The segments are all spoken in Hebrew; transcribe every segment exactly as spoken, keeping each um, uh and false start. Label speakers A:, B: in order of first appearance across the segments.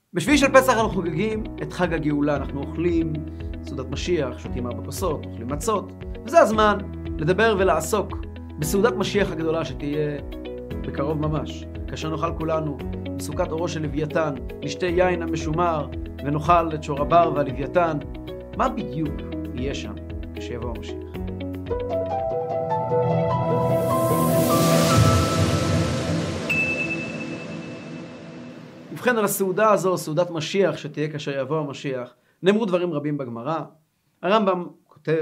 A: בשביעי של פסח אנחנו חוגגים את חג הגאולה, אנחנו אוכלים סעודת משיח, שותים ארבע כוסות, אוכלים מצות, וזה הזמן לדבר ולעסוק בסעודת משיח הגדולה שתהיה בקרוב ממש, כאשר נאכל כולנו בסוכת אורו של לוויתן, נשתה יין המשומר ונאכל את שור הבר והלוויתן. מה בדיוק יהיה שם כשיבוא המשיח? ובכן, על הסעודה הזו, סעודת משיח שתהיה כאשר יבוא המשיח, נאמרו דברים רבים בגמרא. הרמב"ם כותב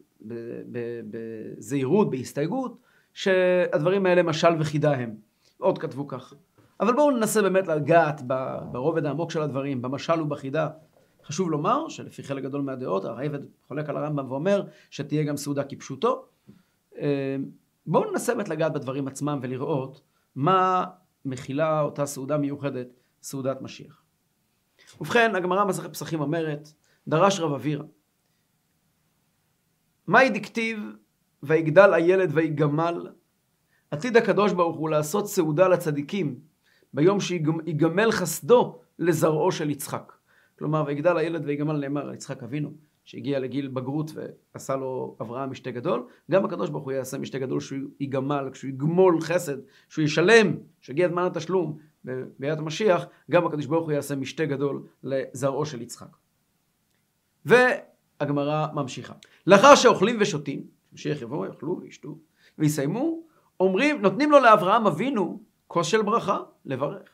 A: בזהירות, בהסתייגות, שהדברים האלה משל וחידה הם. עוד כתבו כך. אבל בואו ננסה באמת לגעת ברובד העמוק של הדברים, במשל ובחידה. חשוב לומר שלפי חלק גדול מהדעות, הרייבד חולק על הרמב"ם ואומר שתהיה גם סעודה כפשוטו. בואו ננסה באמת לגעת בדברים עצמם ולראות מה מכילה אותה סעודה מיוחדת, סעודת משיח. ובכן, הגמרא מסכת פסחים אומרת, דרש רב אבירא, מהי דכתיב ויגדל הילד ויגמל? עתיד הקדוש ברוך הוא לעשות סעודה לצדיקים ביום שיגמל חסדו לזרעו של יצחק. כלומר, ויגדל הילד ויגמל נאמר על יצחק אבינו, שהגיע לגיל בגרות ועשה לו אברהם משתה גדול. גם הקדוש ברוך הוא יעשה משתה גדול שהוא יגמל, כשהוא יגמול חסד, שהוא ישלם, שהגיע זמן התשלום ביאת המשיח, גם הקדוש ברוך הוא יעשה משתה גדול לזרעו של יצחק. והגמרא ממשיכה. לאחר שאוכלים ושותים, משיח יבואו, יאכלו וישתו ויסיימו, אומרים, נותנים לו לאברהם אבינו כוס של ברכה לברך.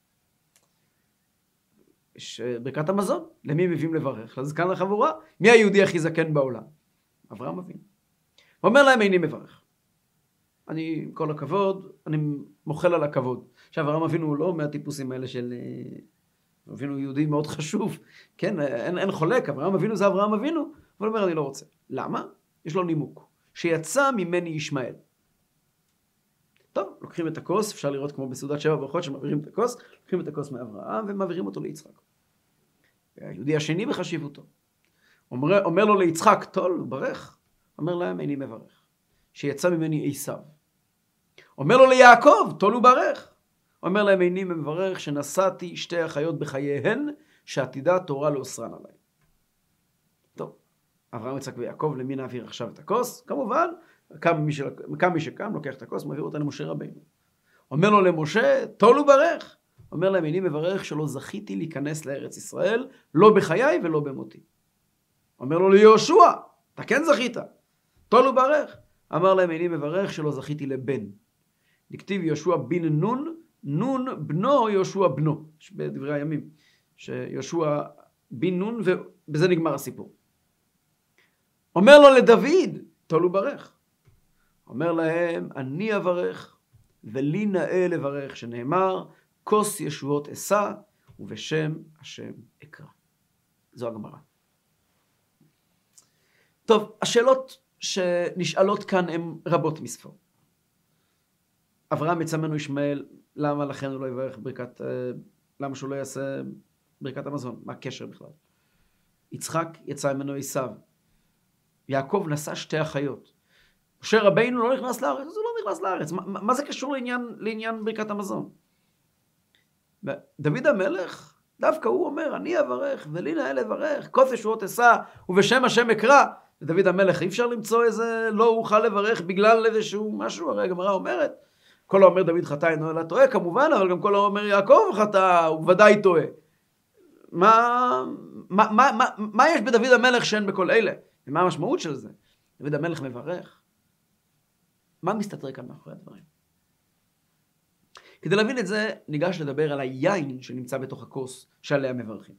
A: יש ברכת המזון. למי מביאים לברך? לזקן לחבורה. מי היהודי הכי זקן בעולם? אברהם אבינו. הוא אומר להם, איני מברך. אני, כל הכבוד, אני מוחל על הכבוד. עכשיו, אברהם אבינו הוא לא מהטיפוסים האלה של... אבינו יהודי מאוד חשוב. כן, אין, אין חולק. אברהם אבינו זה אברהם אבינו. אבל הוא אומר, אני לא רוצה. למה? יש לו נימוק. שיצא ממני ישמעאל. טוב, לוקחים את הכוס, אפשר לראות כמו בסעודת שבע ברכות שמעבירים את הכוס, לוקחים את הכוס מאברהם ומעבירים אותו ליצחק. היהודי השני בחשיבותו. אומר, אומר לו ליצחק, תול, ברך. אומר להם, איני מברך. שיצא ממני עשיו. אומר לו ליעקב, תול וברך. אומר להם, איני מברך שנשאתי שתי החיות בחייהן, שעתידה תורה לאוסרן עליי. טוב, אברהם, יצחק ויעקב, למי נעביר עכשיו את הכוס? כמובן, קם מי, של... קם מי שקם, לוקח את הכוס, מעביר אותה למשה רבינו. אומר לו למשה, תול וברך. אומר להם, איני מברך שלא זכיתי להיכנס לארץ ישראל, לא בחיי ולא במותי. אומר לו ליהושע, אתה כן זכית, תול וברך. אמר להם, איני מברך שלא זכיתי לבן. דכתיב יהושע בן נון, נון בנו יהושע בנו. בדברי הימים, שיהושע בן נון, ובזה נגמר הסיפור. אומר לו לדוד, תול וברך. אומר להם, אני אברך, ולי נאה לברך, שנאמר, כוס ישועות אשא, ובשם השם אקרא. זו הגמרא. טוב, השאלות שנשאלות כאן הן רבות מספור. אברהם יצא ממנו ישמעאל, למה לכן הוא לא יברך ברכת, למה שהוא לא יעשה ברכת המזון? מה הקשר בכלל? יצחק יצא ממנו עשיו. יעקב נשא שתי החיות. משה רבינו לא נכנס לארץ, אז הוא לא נכנס לארץ. מה, מה זה קשור לעניין, לעניין ברכת המזון? דוד המלך, דווקא הוא אומר, אני אברך, ולי נאה לברך, כוס ישועות אשא, ובשם השם אקרא. דוד המלך, אי אפשר למצוא איזה לא אוכל לברך בגלל איזשהו משהו, הרי הגמרא אומרת, כל האומר דוד חטא אינו אלא טועה, כמובן, אבל גם כל האומר יעקב חטא, הוא ודאי טועה. מה, מה, מה, מה, מה יש בדוד המלך שאין בכל אלה? ומה המשמעות של זה? דוד המלך מברך. מה מסתתר כאן מאחורי הדברים? כדי להבין את זה, ניגש לדבר על היין שנמצא בתוך הכוס שעליה מברכים.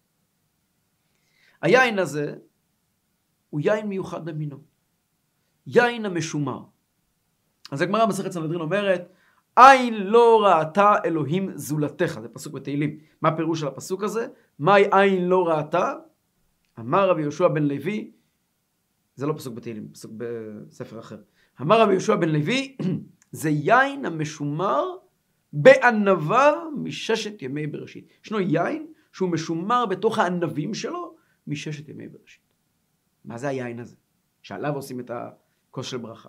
A: היין הזה הוא יין מיוחד במינו. יין המשומר. אז הגמרא מסכת סנהדרין אומרת, עין לא ראתה אלוהים זולתך. זה פסוק בתהילים. מה הפירוש של הפסוק הזה? מהי עין לא ראתה? אמר רבי יהושע בן לוי, זה לא פסוק בתהילים, פסוק בספר אחר. אמר רבי יהושע בן לוי, זה יין המשומר בענביו מששת ימי בראשית. ישנו יין שהוא משומר בתוך הענבים שלו מששת ימי בראשית. מה זה היין הזה? שעליו עושים את הכוס של ברכה.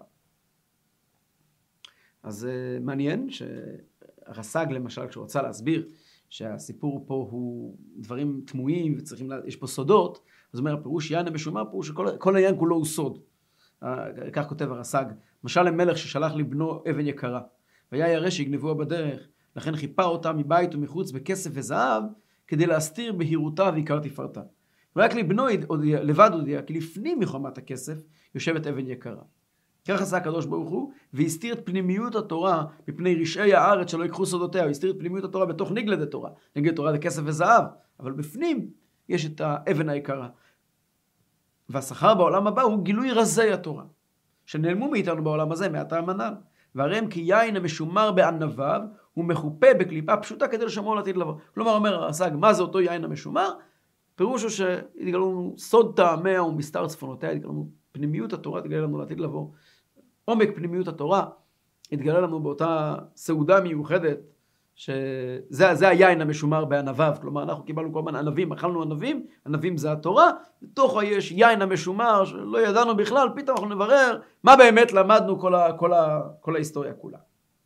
A: אז מעניין שהרס"ג למשל, כשהוא רצה להסביר שהסיפור פה הוא דברים תמוהים וצריכים, יש פה סודות, אז אומר הפירוש יין המשומר, פירוש שכל העניין כולו הוא סוד. כך כותב הרס"ג, משל למלך ששלח לבנו אבן יקרה, והיה ירא שיגנבוה בדרך, לכן חיפה אותה מבית ומחוץ בכסף וזהב, כדי להסתיר בהירותה ועיקר תפארתה. ורק לבנו הודיע, לבד הודיע, כי לפנים מחמת הכסף יושבת אבן יקרה. כך עשה הקדוש ברוך הוא, והסתיר את פנימיות התורה מפני רשעי הארץ שלא יקחו סודותיה, הוא הסתיר את פנימיות התורה בתוך נגלד התורה. נגלד תורה זה כסף וזהב, אבל בפנים יש את האבן היקרה. והשכר בעולם הבא הוא גילוי רזי התורה, שנעלמו מאיתנו בעולם הזה, מהטעם הנ"ל. והרי הם כי יין המשומר בענביו, הוא מחופה בקליפה פשוטה כדי לשמור לעתיד לבוא. כלומר, אומר הרס"ג, מה זה אותו יין המשומר? פירוש הוא שיתגלו לנו סוד טעמיה ומסתר צפונותיה, יתגלו לנו פנימיות התורה, יתגלה לנו לעתיד לבוא. עומק פנימיות התורה יתגלה לנו באותה סעודה מיוחדת, שזה זה היין המשומר בענביו. כלומר, אנחנו קיבלנו כל הזמן ענבים, אכלנו ענבים, ענבים זה התורה, בתוכו יש יין המשומר שלא ידענו בכלל, פתאום אנחנו נברר מה באמת למדנו כל, ה, כל, ה, כל ההיסטוריה כולה.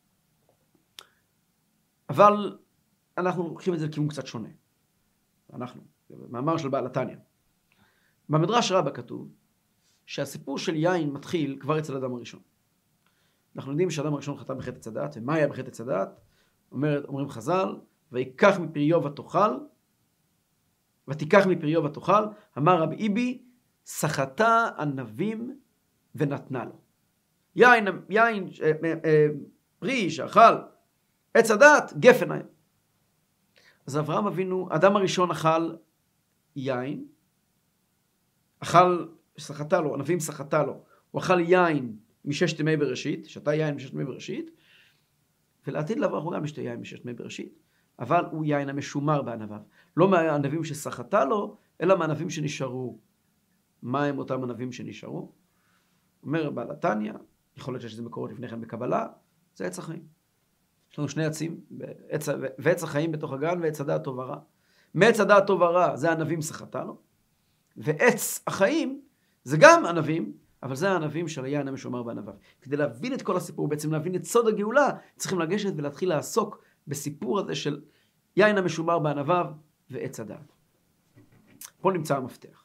A: אבל אנחנו לוקחים את זה לכיוון קצת שונה. אנחנו, מאמר של בעל התניא. במדרש רבה כתוב שהסיפור של יין מתחיל כבר אצל אדם הראשון. אנחנו יודעים שאדם הראשון חטא בחטא עץ הדעת, ומה היה בחטא עץ הדעת? אומרת, אומרים חז"ל, ויקח מפריו ותאכל, ותיקח מפריו ותאכל, אמר רבי איבי, סחטה ענבים ונתנה לו. יין, יין, אה, אה, פרי שאכל עץ הדעת, גפן היה. אז אברהם אבינו, אדם הראשון אכל יין, אכל, סחטה לו, ענבים סחטה לו, הוא אכל יין מששת ימי בראשית, שתה יין מששת ימי בראשית, ולעתיד לבוא אנחנו גם נשתה יין מששת ימי בראשית, אבל הוא יין המשומר בענביו. לא מהענבים שסחטה לו, אלא מהענבים שנשארו. מה הם אותם ענבים שנשארו? אומר בעל התניא, יכול להיות שיש איזה מקורות לפני כן בקבלה, זה עץ החיים. יש לנו שני עצים, ועץ, ועץ החיים בתוך הגן, ועץ הדעת טוב ורע. מעץ הדעת טוב ורע זה הענבים סחטה לו, ועץ החיים זה גם ענבים, אבל זה הענבים של היין המשומר בענביו. כדי להבין את כל הסיפור, בעצם להבין את סוד הגאולה, צריכים לגשת ולהתחיל לעסוק בסיפור הזה של יין המשומר בענביו ועץ הדעת. פה נמצא המפתח.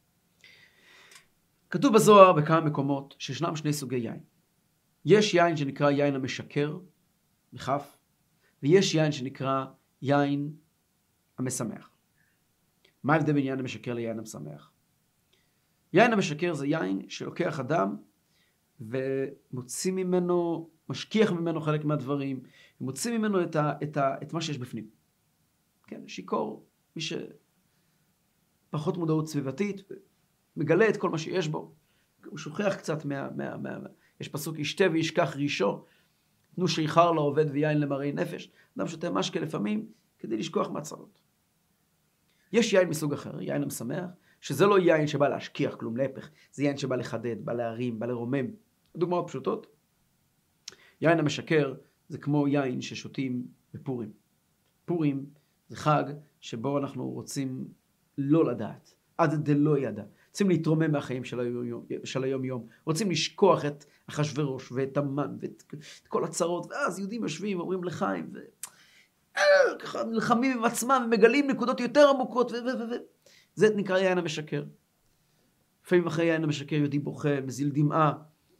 A: כתוב בזוהר בכמה מקומות שישנם שני סוגי יין. יש יין שנקרא יין המשקר, בכף, ויש יין שנקרא יין המשמח. מה ההבדל בין יין המשקר ליין המשמח? יין המשקר זה יין שלוקח אדם ומוציא ממנו, משכיח ממנו חלק מהדברים, ומוציא ממנו את, ה, את, ה, את מה שיש בפנים. כן, שיקור, מי שפחות מודעות סביבתית, מגלה את כל מה שיש בו. הוא שוכח קצת מה... מה, מה יש פסוק, ישתה וישכח רישו, תנו שיכר לעובד ויין למראי נפש. אדם שותה משקה לפעמים כדי לשכוח מהצרות. יש יין מסוג אחר, יין המשמח, שזה לא יין שבא להשכיח כלום, להפך. זה יין שבא לחדד, בא להרים, בא לרומם. דוגמאות פשוטות. יין המשקר זה כמו יין ששותים בפורים. פורים זה חג שבו אנחנו רוצים לא לדעת, עד דלא ידע. רוצים להתרומם מהחיים של היום, של היום יום. רוצים לשכוח את אחשוורוש ואת המן ואת את כל הצרות. ואז יהודים יושבים, אומרים לחיים, ו... ככה נלחמים עם עצמם ומגלים נקודות יותר עמוקות. ו... ו... ו... זה נקרא יין המשקר. לפעמים אחרי יין המשקר יהודי בוכה, מזיל דמעה,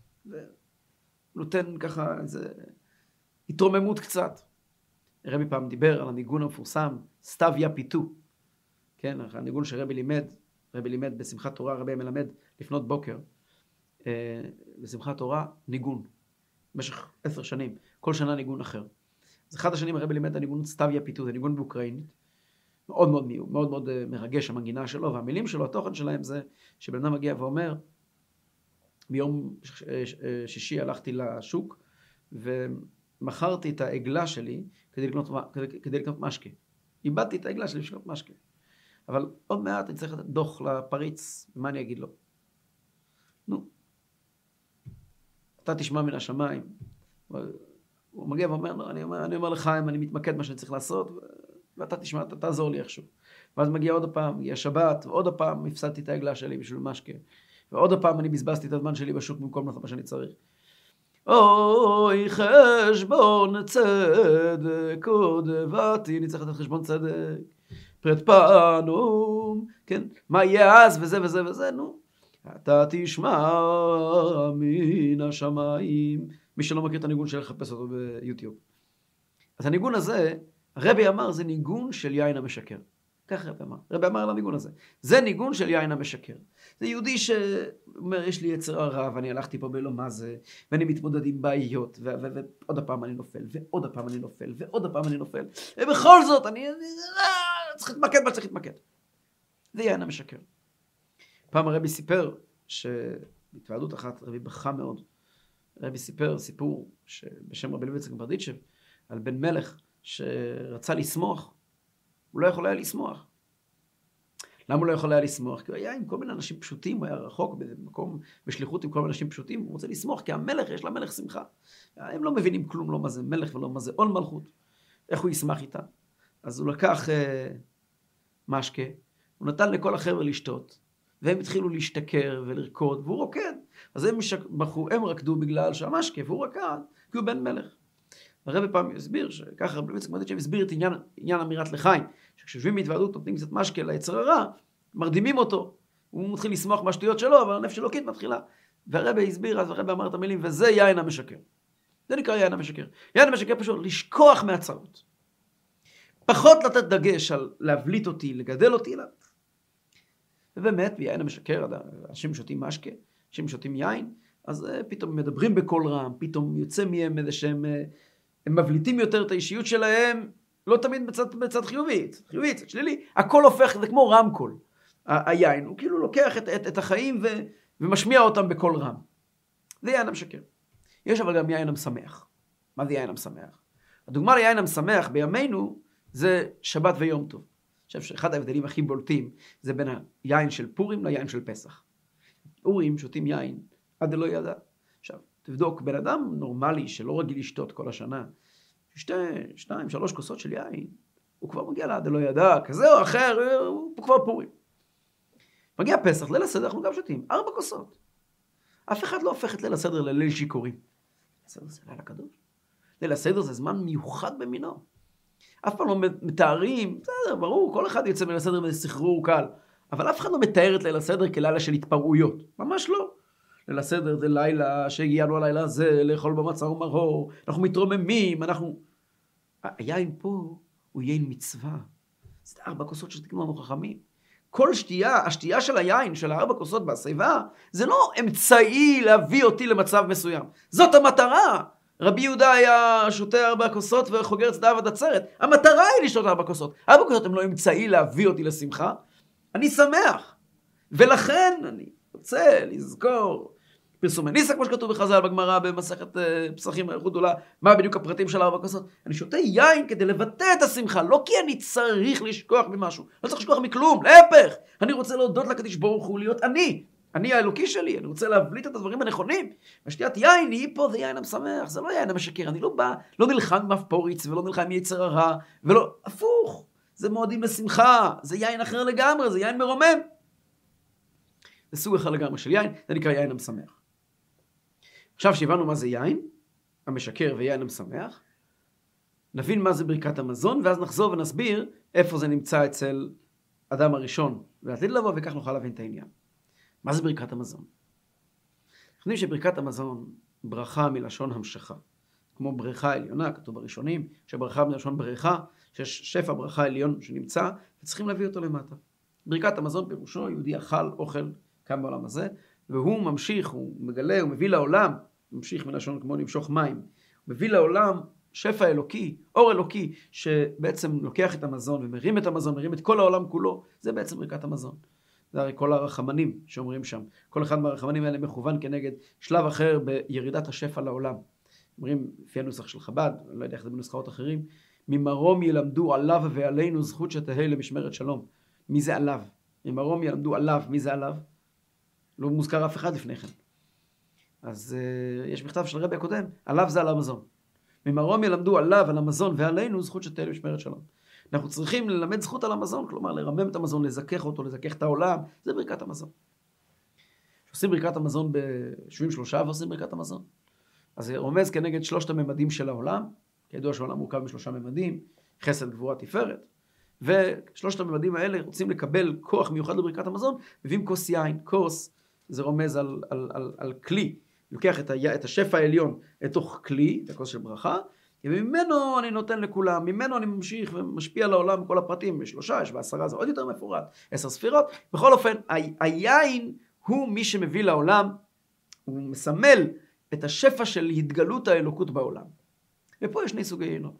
A: ונותן ככה איזה התרוממות קצת. רבי פעם דיבר על הניגון המפורסם, סתיו יא פיתו. כן, הניגון שרבי לימד, רבי לימד בשמחת תורה, רבי מלמד לפנות בוקר, אה, בשמחת תורה, ניגון. במשך עשר שנים, כל שנה ניגון אחר. אז אחד השנים הרבי לימד הניגון סתיו יא פיתו, זה ניגון באוקראינית. מאוד מאוד מיהו, מאוד מאוד מרגש המנגינה שלו, והמילים שלו, התוכן שלהם זה שבן אדם מגיע ואומר, ביום שישי הלכתי לשוק, ומכרתי את העגלה שלי כדי לקנות, כדי, כדי לקנות משקה. איבדתי את העגלה שלי לקנות משקה. אבל עוד מעט אני צריך לתת דוח לפריץ, ומה אני אגיד לו? נו, אתה תשמע מן השמיים. הוא מגיע ואומר לו, אני אומר, אני אומר לחיים, אני מתמקד מה שאני צריך לעשות, ואתה תשמע, אתה תעזור לי איכשהו. ואז מגיע עוד הפעם, מגיע שבת, ועוד הפעם הפסדתי את העגלה שלי בשביל משקה. ועוד הפעם אני בזבזתי את הזמן שלי בשוק במקום לעשות מה שאני צריך. אוי חשבון צדק עוד הבאתי, אני צריך לתת חשבון צדק, פרד פנו, כן, מה יהיה אז וזה וזה וזה, נו, אתה תשמע מן השמיים, מי שלא מכיר את הניגון שלך, חפש אותו ביוטיוב. אז הניגון הזה, הרבי אמר, זה ניגון של יין המשקר. כך רבי אמר. רבי אמר על הניגון הזה. זה ניגון של יין המשקר. זה יהודי שאומר, יש לי יצר הרע, ואני הלכתי פה בלא מה זה, ואני מתמודד עם בעיות, ועוד הפעם אני נופל, ועוד הפעם אני נופל, ועוד הפעם אני נופל, ובכל זאת, אני צריך להתמקד מה צריך להתמקד. זה יין המשקר. פעם הרבי סיפר, שבהתוועדות אחת רבי בכה מאוד, רבי סיפר סיפור בשם רבי לוי יצחק ברדיצ'ב, על בן מלך שרצה לשמוח, הוא לא יכול היה לשמוח. למה הוא לא יכול היה לשמוח? כי הוא היה עם כל מיני אנשים פשוטים, הוא היה רחוק במקום, בשליחות עם כל מיני אנשים פשוטים, הוא רוצה לשמוח, כי המלך, יש למלך שמחה. הם לא מבינים כלום, לא מה זה מלך ולא מה זה עול מלכות. איך הוא ישמח איתה? אז הוא לקח אה, משקה, הוא נתן לכל החבר'ה לשתות, והם התחילו להשתכר ולרקוד, והוא רוקד. אז הם, משק... הם רקדו בגלל שהמשקה, והוא רקד, כי הוא בן מלך. הרבי פעם הסביר, שככה רבי יצחק ברדיצ'ב הסביר את עניין, עניין אמירת לחיים, שכשיושבים בהתוועדות נותנים קצת משקה ליצר הרע, מרדימים אותו, הוא מתחיל לשמוח מהשטויות שלו, אבל הנפש אלוקית מתחילה. והרבי הסביר, אז הרבי אמר את המילים, וזה יין המשקר. זה נקרא יין המשקר. יין המשקר פשוט לשכוח מהצרות. פחות לתת דגש על להבליט אותי, לגדל אותי, אלא. ובאמת, ביין המשקר, אנשים שותים משקה, אנשים שותים יין, אז פתאום מדברים בקול רם, פתאום יוצא מהם איזה שהם, הם מבליטים יותר את האישיות שלהם, לא תמיד בצד, בצד חיובית, חיובית, צד שלילי, הכל הופך, זה כמו רמקול, ה- היין, הוא כאילו לוקח את, את, את החיים ו, ומשמיע אותם בקול רם. זה יין המשקר. יש אבל גם יין המשמח. מה זה יין המשמח? הדוגמה ליין המשמח בימינו, זה שבת ויום טוב. אני חושב שאחד ההבדלים הכי בולטים, זה בין היין של פורים ליין של פסח. פורים שותים יין, עד לא ידע. עכשיו, תבדוק, בן אדם נורמלי שלא רגיל לשתות כל השנה, שתי, שתיים, שלוש כוסות של יין, הוא כבר מגיע לעד לא ידע, כזה או אחר, הוא כבר פורים. מגיע פסח, ליל הסדר, אנחנו גם שותים, ארבע כוסות. אף אחד לא הופך את ליל הסדר לליל שיכורים. ליל הסדר זה ליל הקדוש. ליל הסדר זה זמן מיוחד במינו. אף פעם לא מתארים, בסדר, ברור, כל אחד יוצא מליל הסדר בסחרור קל, אבל אף אחד לא מתאר את ליל הסדר כלילה של התפרעויות. ממש לא. ליל הסדר זה לילה שהגיענו הלילה הזה, לאכול במצה ומרור, אנחנו מתרוממים, אנחנו... היין פה הוא יין מצווה. זה ארבע כוסות שתקנו לנו חכמים. כל שתייה, השתייה של היין, של הארבע כוסות בשיבה, זה לא אמצעי להביא אותי למצב מסוים. זאת המטרה. רבי יהודה היה שותה ארבע כוסות וחוגר צדדיו עד עצרת. המטרה היא לשתות ארבע כוסות. ארבע כוסות הם לא אמצעי להביא אותי לשמחה. אני שמח. ולכן אני רוצה לזכור פרסומי ניסה, כמו שכתוב בחז"ל בגמרא במסכת פסחים אריכות גדולה, מה בדיוק הפרטים של ארבע כוסות. אני שותה יין כדי לבטא את השמחה, לא כי אני צריך לשכוח ממשהו, לא צריך לשכוח מכלום, להפך, אני רוצה להודות לקדוש ברוך הוא, להיות אני, אני האלוקי שלי, אני רוצה להבליט את הדברים הנכונים. השתיית יין היא פה, זה יין המשמח, זה לא יין המשקר, אני לא בא, לא נלחם עם אף פוריץ ולא נלחם עם יצר הרע, ולא, הפוך, זה מועדים לשמחה, זה יין אחר לגמרי, זה יין מרומם. זה סוג אחר לגמרי של יין, זה נקרא יין המשמח. עכשיו שהבנו מה זה יין, המשקר ויין המשמח, נבין מה זה ברכת המזון, ואז נחזור ונסביר איפה זה נמצא אצל אדם הראשון, ולעתיד לבוא, וכך נוכל להבין את העניין. מה זה ברכת המזון? אנחנו יודעים שברכת המזון, ברכה מלשון המשכה. כמו בריכה עליונה, כתוב בראשונים, שברכה מלשון בריכה, שיש שפע ברכה עליון שנמצא, וצריכים להביא אותו למטה. ברכת המזון פירושו, יהודי אכל אוכל כאן בעולם הזה, והוא ממשיך, הוא מגלה, הוא מביא לעולם, ממשיך מלשון כמו למשוך מים, הוא מביא לעולם שפע אלוקי, אור אלוקי, שבעצם לוקח את המזון ומרים את המזון, מרים את כל העולם כולו, זה בעצם ברכת המזון. זה הרי כל הרחמנים שאומרים שם, כל אחד מהרחמנים האלה מכוון כנגד שלב אחר בירידת השפע לעולם. אומרים, לפי הנוסח של חב"ד, אני לא יודע איך זה בנוסחאות אחרים, ממרום ילמדו עליו ועלינו זכות שתהא למשמרת שלום. מי זה עליו? ממרום ילמדו עליו, מי זה עליו? לא מוזכר אף אחד לפני כן. אז uh, יש מכתב של הרבי הקודם, עליו זה על המזון. ממרום ילמדו עליו, על המזון ועלינו זכות שתהא למשמרת שלום. אנחנו צריכים ללמד זכות על המזון, כלומר לרמם את המזון, לזכך אותו, לזכך את העולם, זה ברכת המזון. עושים ברכת המזון בשבעים שלושה ועושים ברכת המזון. אז זה רומז כנגד שלושת הממדים של העולם, כידוע שהעולם מורכב משלושה ממדים, חסד, גבורה, תפארת, ושלושת הממדים האלה רוצים לקבל כוח מיוחד לברכת המזון, מביאים כוס יין. כוס זה רומז על, על, על, על כלי, לוקח את, ה, את השפע העליון לתוך כלי, את הכוס של ברכה, וממנו אני נותן לכולם, ממנו אני ממשיך ומשפיע על העולם בכל הפרטים, בשלושה, יש בעשרה, זה עוד יותר מפורט, עשר ספירות. בכל אופן, ה, היין הוא מי שמביא לעולם, הוא מסמל את השפע של התגלות האלוקות בעולם. ופה יש שני סוגי יינות.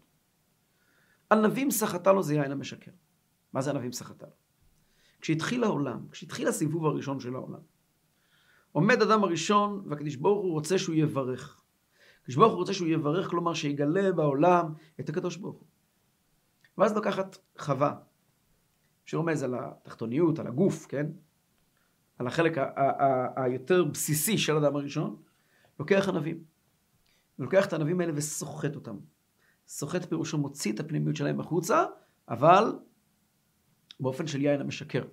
A: ענבים סחטה לו זה יין המשקר. מה זה ענבים סחטה לו? כשהתחיל העולם, כשהתחיל הסיבוב הראשון של העולם, עומד אדם הראשון, והקדוש ברוך הוא רוצה שהוא יברך. הקדוש ברוך הוא רוצה שהוא יברך, כלומר שיגלה בעולם את הקדוש ברוך הוא. ואז לוקחת חווה, שרומז על התחתוניות, על הגוף, כן? על החלק היותר בסיסי של אדם הראשון, לוקח ענבים. ולוקח את הענבים האלה וסוחט אותם. סוחט פירושו מוציא את הפנימיות שלהם בחוצה, אבל באופן של יין המשקר.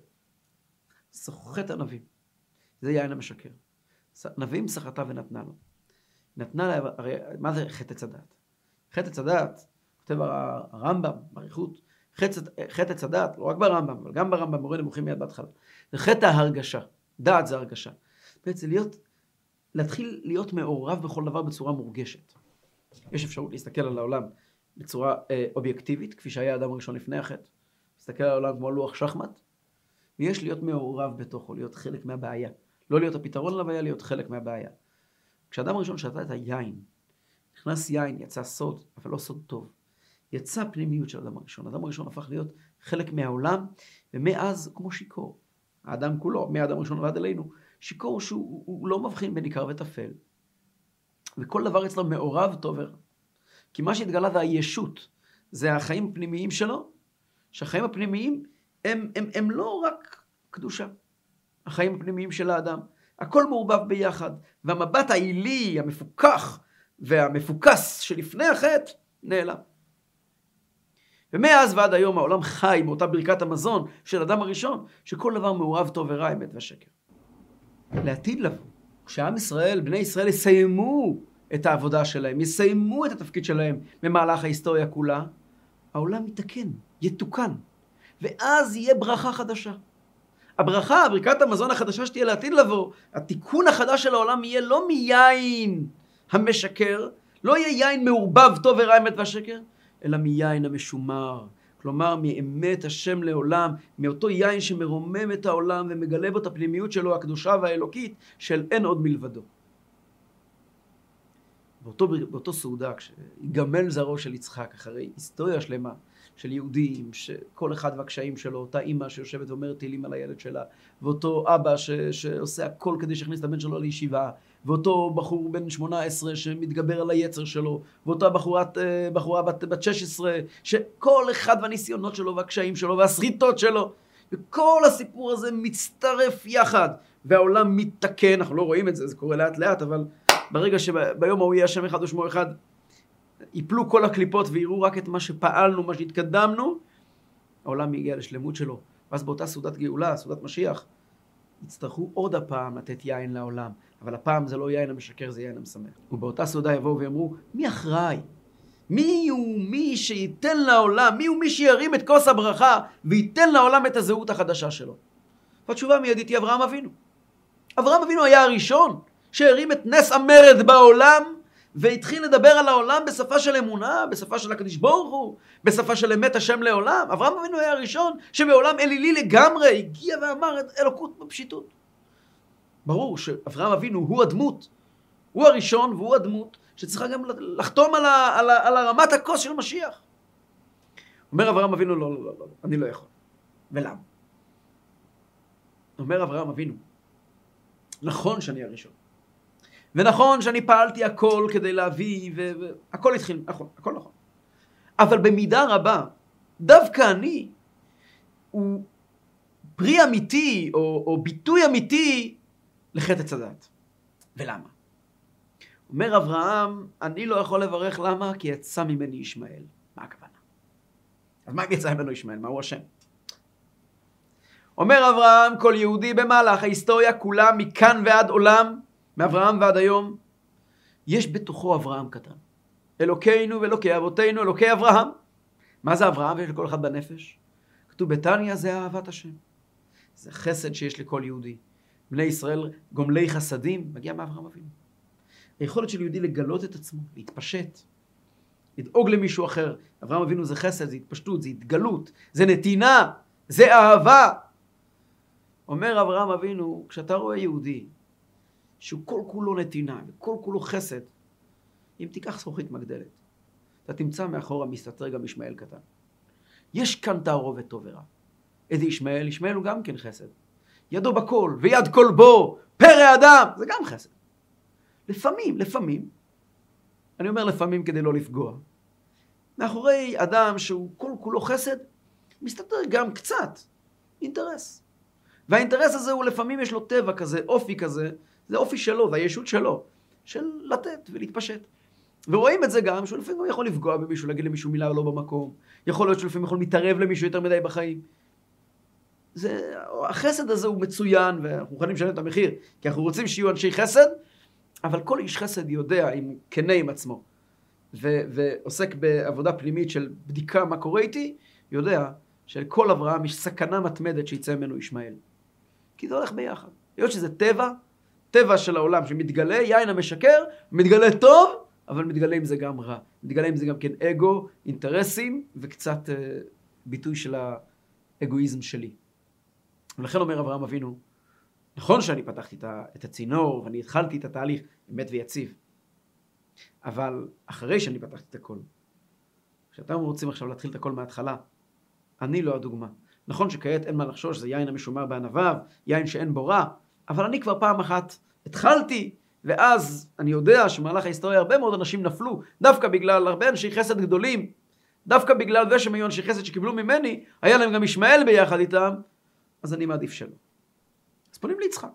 A: סוחט ענבים. זה יין המשקר. ענבים סחטה ונתנה לו. נתנה לה, הרי מה זה חטא עץ הדעת? חטא עץ הדעת, כותב הרמב"ם, באריכות, חטא עץ הדעת, לא רק ברמב"ם, אבל גם ברמב"ם, מורה נמוכים מיד בהתחלה. זה חטא ההרגשה. דעת זה הרגשה. בעצם להיות, להתחיל להיות מעורב בכל דבר בצורה מורגשת. יש אפשרות להסתכל על העולם בצורה אה, אובייקטיבית, כפי שהיה האדם הראשון לפני החטא. להסתכל על העולם כמו לוח שחמט, ויש להיות מעורב בתוכו, להיות חלק מהבעיה. לא להיות הפתרון לבעיה, להיות חלק מהבעיה. כשאדם הראשון שתה את היין, נכנס יין, יצא סוד, אבל לא סוד טוב. יצא פנימיות של האדם הראשון. האדם הראשון הפך להיות חלק מהעולם, ומאז כמו שיקור. האדם כולו, מהאדם הראשון ועד אלינו, שיקור שהוא הוא לא מבחין בין עיקר וטפל. וכל דבר אצלו מעורב טוב ורע. כי מה שהתגלה זה הישות, זה החיים הפנימיים שלו, שהחיים הפנימיים הם, הם, הם לא רק קדושה. החיים הפנימיים של האדם, הכל מעורבב ביחד, והמבט העילי, המפוקח והמפוקס שלפני החטא נעלם. ומאז ועד היום העולם חי מאותה ברכת המזון של אדם הראשון, שכל דבר מעורב טוב ורע, אמת ושקר. לעתיד לבוא, כשעם ישראל, בני ישראל יסיימו את העבודה שלהם, יסיימו את התפקיד שלהם במהלך ההיסטוריה כולה, העולם יתקן, יתוקן, ואז יהיה ברכה חדשה. הברכה, ברכת המזון החדשה שתהיה לעתיד לבוא, התיקון החדש של העולם יהיה לא מיין המשקר, לא יהיה יין מעורבב טוב ורע, אמת ושקר, אלא מיין המשומר. כלומר, מאמת השם לעולם, מאותו יין שמרומם את העולם ומגלה בו את הפנימיות שלו, הקדושה והאלוקית, של אין עוד מלבדו. באותו, באותו סעודה, כשהיגמל זרעו של יצחק, אחרי היסטוריה שלמה של יהודים, שכל אחד והקשיים שלו, אותה אמא שיושבת ואומרת תהילים על הילד שלה, ואותו אבא ש, שעושה הכל כדי שיכניס את הבן שלו לישיבה, ואותו בחור בן שמונה עשרה שמתגבר על היצר שלו, ואותה בחורת, בחורה בת, בת שש עשרה, שכל אחד והניסיונות שלו והקשיים שלו והסריטות שלו, וכל הסיפור הזה מצטרף יחד, והעולם מתתקן. אנחנו לא רואים את זה, זה קורה לאט לאט, אבל ברגע שביום ההוא יהיה השם אחד ושמו אחד, ייפלו כל הקליפות ויראו רק את מה שפעלנו, מה שהתקדמנו, העולם יגיע לשלמות שלו. ואז באותה סעודת גאולה, סעודת משיח, יצטרכו עוד הפעם לתת יין לעולם. אבל הפעם זה לא יין המשקר, זה יין המשמח. ובאותה סעודה יבואו ויאמרו, מי אחראי? מי הוא מי שייתן לעולם? מי הוא מי שירים את כוס הברכה וייתן לעולם את הזהות החדשה שלו? והתשובה המיידית היא אברהם אבינו. אברהם אבינו היה הראשון שהרים את נס המרד בעולם, והתחיל לדבר על העולם בשפה של אמונה, בשפה של הקדוש ברוך הוא, בשפה של אמת השם לעולם. אברהם אבינו היה הראשון שבעולם אלילי לגמרי הגיע ואמר את אלוקות בפשיטות. ברור שאברהם אבינו הוא הדמות, הוא הראשון והוא הדמות שצריכה גם לחתום על, ה, על, ה, על הרמת הכוס של משיח. אומר אברהם אבינו, לא, לא, לא, לא, אני לא יכול. ולמה? אומר אברהם אבינו, נכון שאני הראשון. ונכון שאני פעלתי הכל כדי להביא, והכל התחיל, נכון, הכל נכון. אבל במידה רבה, דווקא אני, הוא פרי אמיתי, או, או ביטוי אמיתי, לחטא עץ הדעת. ולמה? אומר אברהם, אני לא יכול לברך למה? כי יצא ממני ישמעאל. מה הכוונה? אז מה יצא ממנו ישמעאל? מהו השם? אומר אברהם, כל יהודי במהלך ההיסטוריה כולה, מכאן ועד עולם, מאברהם ועד היום, יש בתוכו אברהם קטן. אלוקינו ואלוקי אבותינו, אלוקי אברהם. מה זה אברהם? ויש לכל אחד בנפש. כתוב בתניא זה אהבת השם. זה חסד שיש לכל יהודי. בני ישראל גומלי חסדים, מגיע מאברהם אבינו. היכולת של יהודי לגלות את עצמו, להתפשט, לדאוג למישהו אחר. אברהם אבינו זה חסד, זה התפשטות, זה התגלות, זה נתינה, זה אהבה. אומר אברהם אבינו, כשאתה רואה יהודי, שהוא כל כולו נתינה, וכל כולו חסד, אם תיקח זכוכית מגדלת, אתה תמצא מאחורה מסתתר גם ישמעאל קטן. יש כאן תערובת טוב ורע. איזה ישמעאל? ישמעאל הוא גם כן חסד. ידו בכל, ויד כל בו, פרא אדם, זה גם חסד. לפעמים, לפעמים, אני אומר לפעמים כדי לא לפגוע, מאחורי אדם שהוא כל כולו חסד, מסתתר גם קצת אינטרס. והאינטרס הזה הוא לפעמים יש לו טבע כזה, אופי כזה, זה אופי שלו, זה הישות שלו, של לתת ולהתפשט. ורואים את זה גם, שהוא לפעמים יכול לפגוע במישהו, להגיד למישהו מילה לא במקום, יכול להיות שלפעמים יכול להתערב למישהו יותר מדי בחיים. זה, החסד הזה הוא מצוין, ואנחנו מוכנים לשלם את המחיר, כי אנחנו רוצים שיהיו אנשי חסד, אבל כל איש חסד יודע, אם כנה עם עצמו, ו- ועוסק בעבודה פנימית של בדיקה מה קורה איתי, יודע שלכל אברהם יש סכנה מתמדת שיצא ממנו ישמעאל. כי זה הולך ביחד. היות שזה טבע, טבע של העולם שמתגלה, יין המשקר, מתגלה טוב, אבל מתגלה עם זה גם רע. מתגלה עם זה גם כן אגו, אינטרסים, וקצת אה, ביטוי של האגואיזם שלי. ולכן אומר אברהם אבינו, נכון שאני פתחתי את הצינור, ואני התחלתי את התהליך אמת ויציב, אבל אחרי שאני פתחתי את הכל, כשאתם רוצים עכשיו להתחיל את הכל מההתחלה, אני לא הדוגמה. נכון שכעת אין מה לחשוש, זה יין המשומר בענביו, יין שאין בו רע, אבל אני כבר פעם אחת התחלתי, ואז אני יודע שמהלך ההיסטוריה הרבה מאוד אנשים נפלו, דווקא בגלל הרבה אנשי חסד גדולים, דווקא בגלל זה שהם היו אנשי חסד שקיבלו ממני, היה להם גם ישמעאל ביחד איתם, אז אני מעדיף שלא. אז פונים ליצחק.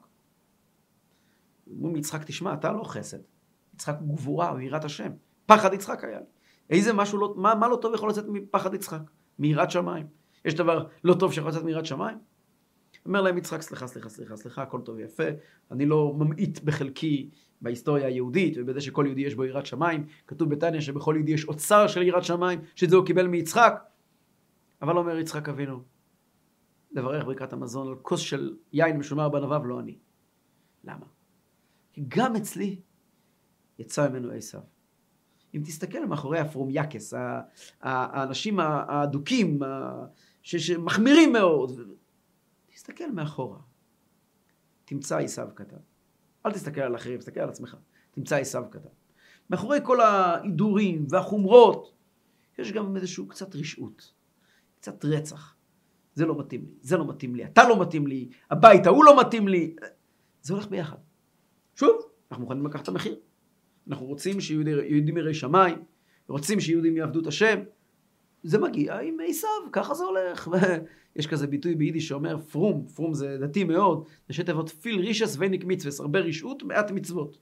A: אומרים ליצחק, תשמע, אתה לא חסד. יצחק הוא גבורה, הוא יראת השם. פחד יצחק היה לי. איזה משהו לא, מה, מה לא טוב יכול לצאת מפחד יצחק? מיראת שמיים. יש דבר לא טוב שיכול לצאת מיראת שמיים? אומר להם יצחק, סליחה, סליחה, סליחה, סליחה, הכל טוב ויפה. אני לא ממעיט בחלקי בהיסטוריה היהודית, ובזה שכל יהודי יש בו יראת שמיים. כתוב בתניא שבכל יהודי יש אוצר של יראת שמיים, שזה הוא קיבל מיצחק. אבל אומר יצחק אבינו, לברך ברכת המזון על כוס של יין משומר בענביו, לא אני. למה? כי גם אצלי יצא ממנו עשיו. אם תסתכל מאחורי הפרומייקס, האנשים האדוקים, שמחמירים מאוד, תסתכל מאחורה. תמצא עשיו קטן. אל תסתכל על אחרים, תסתכל על עצמך. תמצא עשיו קטן. מאחורי כל העידורים והחומרות, יש גם איזשהו קצת רשעות, קצת רצח. זה לא מתאים לי, זה לא מתאים לי, אתה לא מתאים לי, הבית ההוא לא מתאים לי. זה הולך ביחד. שוב, אנחנו מוכנים לקחת את המחיר. אנחנו רוצים שיהודים יראי שמיים, רוצים שיהודים יעבדו את השם. זה מגיע עם עשיו, ככה זה הולך. יש כזה ביטוי ביידיש שאומר פרום, פרום זה דתי מאוד, זה שתיבות פיל רישס וניק מצווס, הרבה רשעות, מעט מצוות.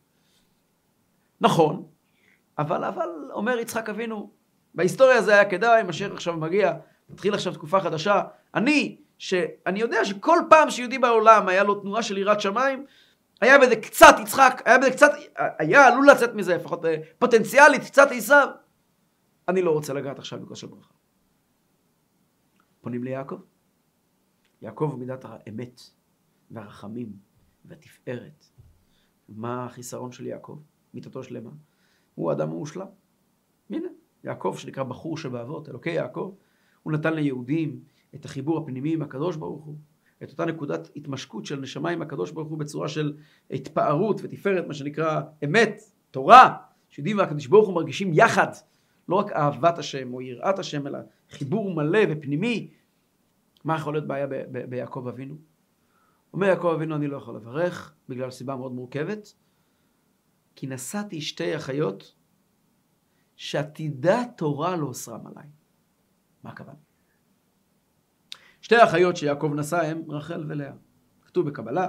A: נכון, אבל, אבל אומר יצחק אבינו, בהיסטוריה זה היה כדאי, משיח עכשיו מגיע, מתחיל עכשיו תקופה חדשה. אני, שאני יודע שכל פעם שיהודי בעולם היה לו תנועה של יראת שמיים, היה בזה קצת יצחק, היה בזה קצת, היה עלול לצאת מזה, לפחות פוטנציאלית, קצת עשיו. אני לא רוצה לגעת עכשיו בכוס של ברכה. פונים ליעקב. יעקב הוא מידת האמת, והרחמים, והתפארת. מה החיסרון של יעקב? מיתתו שלמה. הוא האדם המושלם. הנה, יעקב שנקרא בחור שבאבות, אלוקי יעקב, הוא נתן ליהודים את החיבור הפנימי עם הקדוש ברוך הוא, את אותה נקודת התמשקות של נשמה עם הקדוש ברוך הוא בצורה של התפארות ותפארת, מה שנקרא אמת, תורה, שיהודים והקדוש ברוך הוא מרגישים יחד, לא רק אהבת השם או יראת השם, אלא חיבור מלא ופנימי. מה יכול להיות בעיה ב- ב- ביעקב אבינו? אומר יעקב אבינו, אני לא יכול לברך, בגלל סיבה מאוד מורכבת, כי נשאתי שתי אחיות, שעתידה תורה לא אוסרם עליי. מה הכוונה? שתי האחיות שיעקב נשא הם רחל ולאה. כתוב בקבלה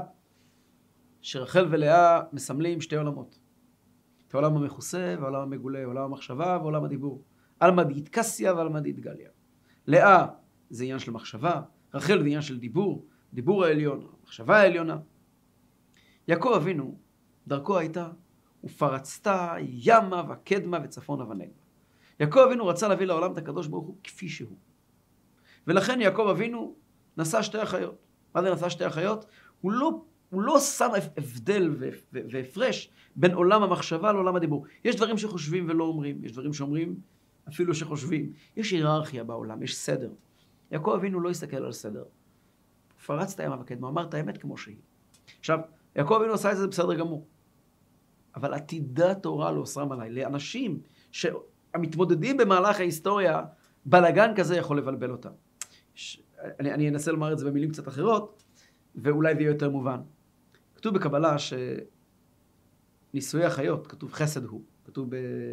A: שרחל ולאה מסמלים שתי עולמות. את העולם המכוסה והעולם המגולה, עולם המחשבה ועולם הדיבור. עלמא דאיטקסיה ועלמא דאיטגליה. לאה זה עניין של מחשבה, רחל זה עניין של דיבור, דיבור העליון, המחשבה העליונה. יעקב אבינו, דרכו הייתה, ופרצת ימה וקדמה וצפונה ונגבה. יעקב אבינו רצה להביא לעולם את הקדוש ברוך הוא כפי שהוא. ולכן יעקב אבינו נשא שתי אחיות. מה זה נשא שתי אחיות? הוא לא, הוא לא שם הבדל והפרש בין עולם המחשבה לעולם הדיבור. יש דברים שחושבים ולא אומרים, יש דברים שאומרים אפילו שחושבים. יש היררכיה בעולם, יש סדר. יעקב אבינו לא הסתכל על סדר. פרצת ימה וקדמה, אמר את האמת כמו שהיא. עכשיו, יעקב אבינו עשה את זה בסדר גמור. אבל עתידה תורה לא אוסרם עליי. לאנשים שהמתמודדים במהלך ההיסטוריה, בלגן כזה יכול לבלבל אותם. אני, אני אנסה לומר את זה במילים קצת אחרות, ואולי זה יהיה יותר מובן. כתוב בקבלה שנישואי החיות, כתוב חסד הוא, כתוב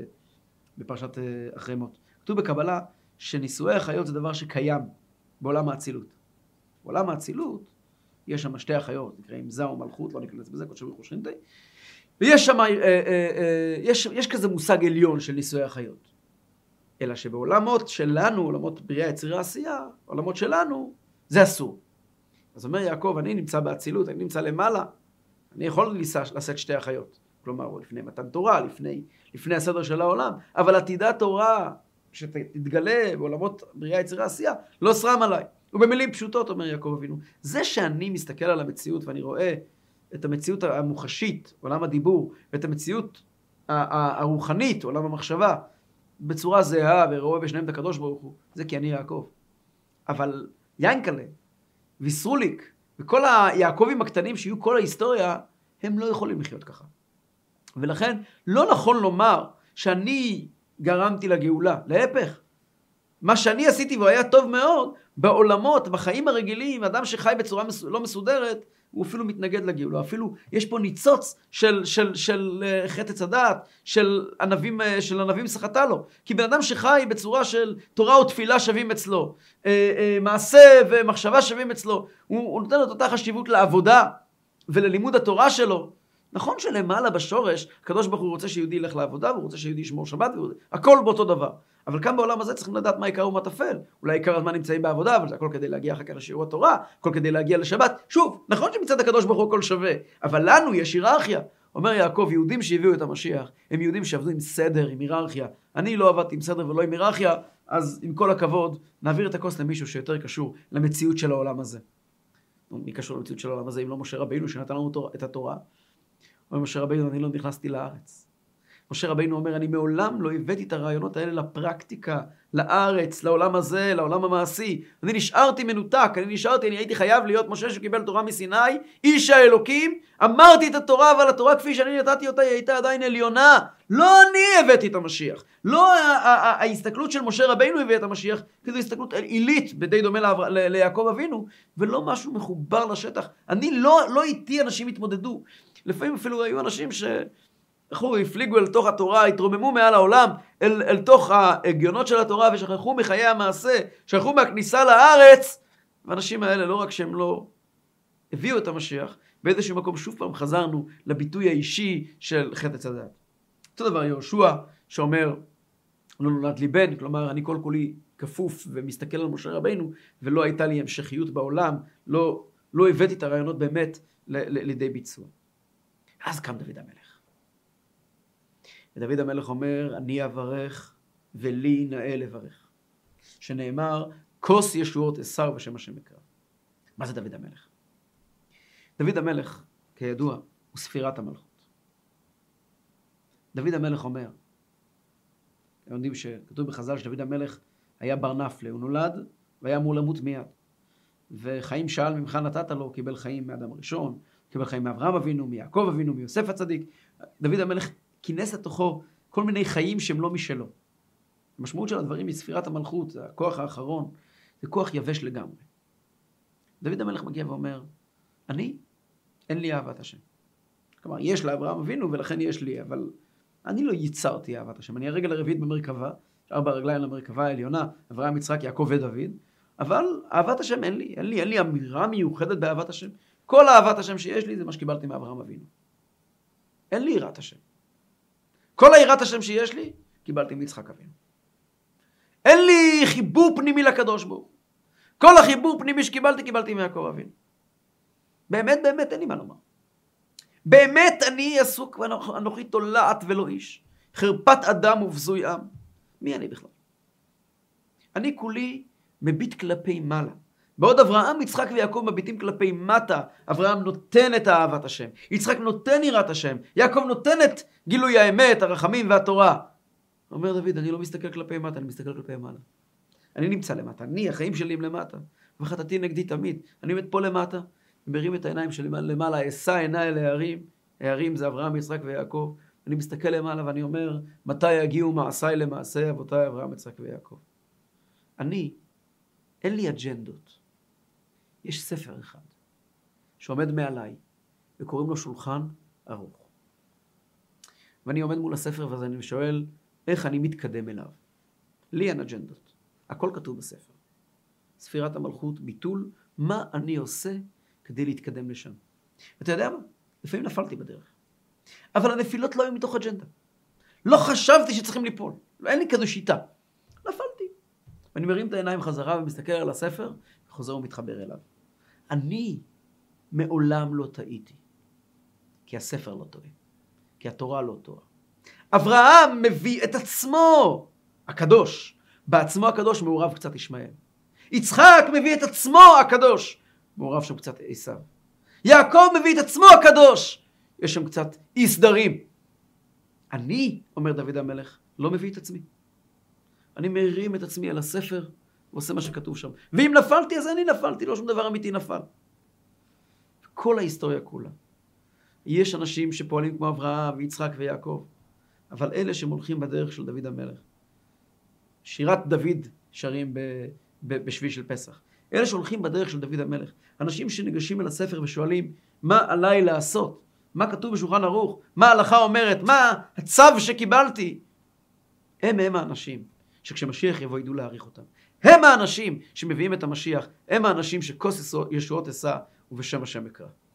A: בפרשת אחרי מות. כתוב בקבלה שנישואי החיות זה דבר שקיים בעולם האצילות. בעולם האצילות יש שם שתי החיות, נקראים זו ומלכות, לא ניכנס בזה, קודשו ברוך שכינתי. ויש שם, אה, אה, אה, יש, יש כזה מושג עליון של נישואי החיות. אלא שבעולמות שלנו, עולמות בריאה, יצירה, עשייה, עולמות שלנו, זה אסור. אז אומר יעקב, אני נמצא באצילות, אני נמצא למעלה, אני יכול לשאת שתי החיות. כלומר, לפני מתן תורה, לפני, לפני הסדר של העולם, אבל עתידה תורה שתתגלה בעולמות בריאה, יצירה, עשייה, לא סרם עליי. ובמילים פשוטות, אומר יעקב אבינו, זה שאני מסתכל על המציאות ואני רואה את המציאות המוחשית, עולם הדיבור, ואת המציאות הרוחנית, עולם המחשבה, בצורה זהה ורואה בשניהם את הקדוש ברוך הוא, זה כי אני יעקב. אבל ינקלה ויסרוליק וכל היעקבים הקטנים שיהיו כל ההיסטוריה, הם לא יכולים לחיות ככה. ולכן לא נכון לומר שאני גרמתי לגאולה, להפך. מה שאני עשיתי והיה טוב מאוד, בעולמות, בחיים הרגילים, אדם שחי בצורה לא מסודרת, הוא אפילו מתנגד לגאולה. אפילו יש פה ניצוץ של, של, של חטא עץ הדעת, של ענבים, של ענבים שחטא לו. כי בן אדם שחי בצורה של תורה ותפילה שווים אצלו, מעשה ומחשבה שווים אצלו, הוא, הוא נותן את אותה חשיבות לעבודה וללימוד התורה שלו. נכון שלמעלה בשורש, הקדוש ברוך הוא רוצה שיהודי ילך לעבודה, והוא רוצה שיהודי ישמור שבת, הכל באותו דבר. אבל כאן בעולם הזה צריכים לדעת מה עיקר ומה טפל. אולי עיקר הזמן נמצאים בעבודה, אבל זה הכל כדי להגיע אחר כך לשיעור התורה, הכל כדי להגיע לשבת. שוב, נכון שמצד הקדוש ברוך הוא הכל שווה, אבל לנו יש היררכיה. אומר יעקב, יהודים שהביאו את המשיח, הם יהודים שעבדו עם סדר, עם היררכיה. אני לא עבדתי עם סדר ולא עם היררכיה, אז עם כל הכבוד, נעביר את הכוס למישהו שיותר קשור למציאות של העולם הזה. מי קשור למציאות של העולם הזה, אם לא משה רבינו שנתן לנו את התורה? אומר משה רבינו, אני לא נכנסתי לארץ. משה רבינו אומר, אני מעולם לא הבאתי את הרעיונות האלה לפרקטיקה, לארץ, לעולם הזה, לעולם המעשי. אני נשארתי מנותק, אני נשארתי, אני הייתי חייב להיות משה שקיבל תורה מסיני, איש האלוקים, אמרתי את התורה, אבל התורה כפי שאני נתתי אותה, היא הייתה עדיין עליונה. לא אני הבאתי את המשיח. לא ההסתכלות של משה רבינו הביא את המשיח, כי זו הסתכלות עילית, בדי דומה ליעקב אבינו, ולא משהו מחובר לשטח. אני לא, לא איתי אנשים התמודדו. לפעמים אפילו היו אנשים ש... אנחנו הפליגו אל תוך התורה, התרוממו מעל העולם, אל, אל תוך ההגיונות של התורה, ושכחו מחיי המעשה, שכחו מהכניסה לארץ, ואנשים האלה לא רק שהם לא הביאו את המשיח, באיזשהו מקום שוב פעם חזרנו לביטוי האישי של חטא עץ הדעת. אותו דבר יהושע שאומר, לא נולד לי בן, כלומר אני כל כולי כפוף ומסתכל על משה רבינו, ולא הייתה לי המשכיות בעולם, לא, לא הבאתי את הרעיונות באמת לידי ביצוע. אז קם דוד המלך. ודוד המלך אומר, אני אברך ולי נאה לברך. שנאמר, כוס ישועות אסר בשם השם יקרא. מה זה דוד המלך? דוד המלך, כידוע, הוא ספירת המלכות. דוד המלך אומר, אתם יודעים שכתוב בחז"ל שדוד המלך היה בר נפלה, הוא נולד והיה אמור למות מיד. וחיים שאל ממך נתת לו, קיבל חיים מאדם הראשון, קיבל חיים מאברהם אבינו, מיעקב אבינו, מיוסף הצדיק. דוד המלך כינס לתוכו כל מיני חיים שהם לא משלו. המשמעות של הדברים היא ספירת המלכות, זה הכוח האחרון, זה כוח יבש לגמרי. דוד המלך מגיע ואומר, אני, אין לי אהבת השם. כלומר, יש לאברהם אבינו ולכן יש לי, אבל אני לא ייצרתי אהבת השם. אני הרגל הרביעית במרכבה, ארבע רגליים למרכבה העליונה, אברהם, יצחק, יעקב ודוד, אבל אהבת השם אין לי, אין לי, אין לי אמירה מיוחדת באהבת השם. כל אהבת השם שיש לי זה מה שקיבלתי מאברהם אבינו. אין לי יראת השם. כל היראת השם שיש לי, קיבלתי מיצחק אבינו. אין לי חיבור פנימי לקדוש ברוך. כל החיבור פנימי שקיבלתי, קיבלתי מיעקב אבינו. באמת, באמת, אין לי מה לומר. באמת אני עסוק ואנוכי תולעת ולא איש. חרפת אדם ובזוי עם. מי אני בכלל? אני כולי מביט כלפי מעלה. בעוד אברהם, יצחק ויעקב מביטים כלפי מטה. אברהם נותן את אהבת השם. יצחק נותן יראת השם. יעקב נותן את גילוי האמת, הרחמים והתורה. אומר דוד, אני לא מסתכל כלפי מטה, אני מסתכל כלפי מעלה. אני נמצא למטה. אני, החיים שלי הם למטה. וחטאתי נגדי תמיד. אני עומד פה למטה, מרים את העיניים שלי למעלה, אשא עיניי אל ההרים. ההרים זה אברהם, יצחק ויעקב. אני מסתכל למעלה ואני אומר, מתי יגיעו מעשיי למעשי אבותיי אברהם, יצחק ויעקב. אני, אין לי אג'נדות. יש ספר אחד שעומד מעליי וקוראים לו שולחן ערוך. ואני עומד מול הספר ואז אני שואל איך אני מתקדם אליו. לי אין אג'נדות. הכל כתוב בספר. ספירת המלכות, ביטול, מה אני עושה כדי להתקדם לשם. ואתה יודע מה? לפעמים נפלתי בדרך. אבל הנפילות לא היו מתוך אג'נדה. לא חשבתי שצריכים ליפול. אין לי כזו שיטה. נפלתי. ואני מרים את העיניים חזרה ומסתכל על הספר וחוזר ומתחבר אליו. אני מעולם לא טעיתי. כי הספר לא טועה. כי התורה לא טועה. אברהם מביא את עצמו הקדוש. בעצמו הקדוש מעורב קצת ישמעאל. יצחק מביא את עצמו הקדוש. מעורב שם קצת עשיו. יעקב מביא את עצמו הקדוש. יש שם קצת אי סדרים. אני, אומר דוד המלך, לא מביא את עצמי. אני מרים את עצמי על הספר ועושה מה שכתוב שם. ואם נפלתי, אז אני נפלתי. לא שום דבר אמיתי נפל. כל ההיסטוריה כולה. יש אנשים שפועלים כמו אברהם ויצחק ויעקב. אבל אלה שמולכים בדרך של דוד המלך. שירת דוד שרים ב, ב, בשביל של פסח. אלה שהולכים בדרך של דוד המלך. אנשים שניגשים אל הספר ושואלים, מה עליי לעשות? מה כתוב בשולחן ערוך? מה ההלכה אומרת? מה הצו שקיבלתי? הם הם האנשים שכשמשיח יבוא ידעו להעריך אותם. הם האנשים שמביאים את המשיח. הם האנשים שכוס ישועות אשא ובשם השם אקרא.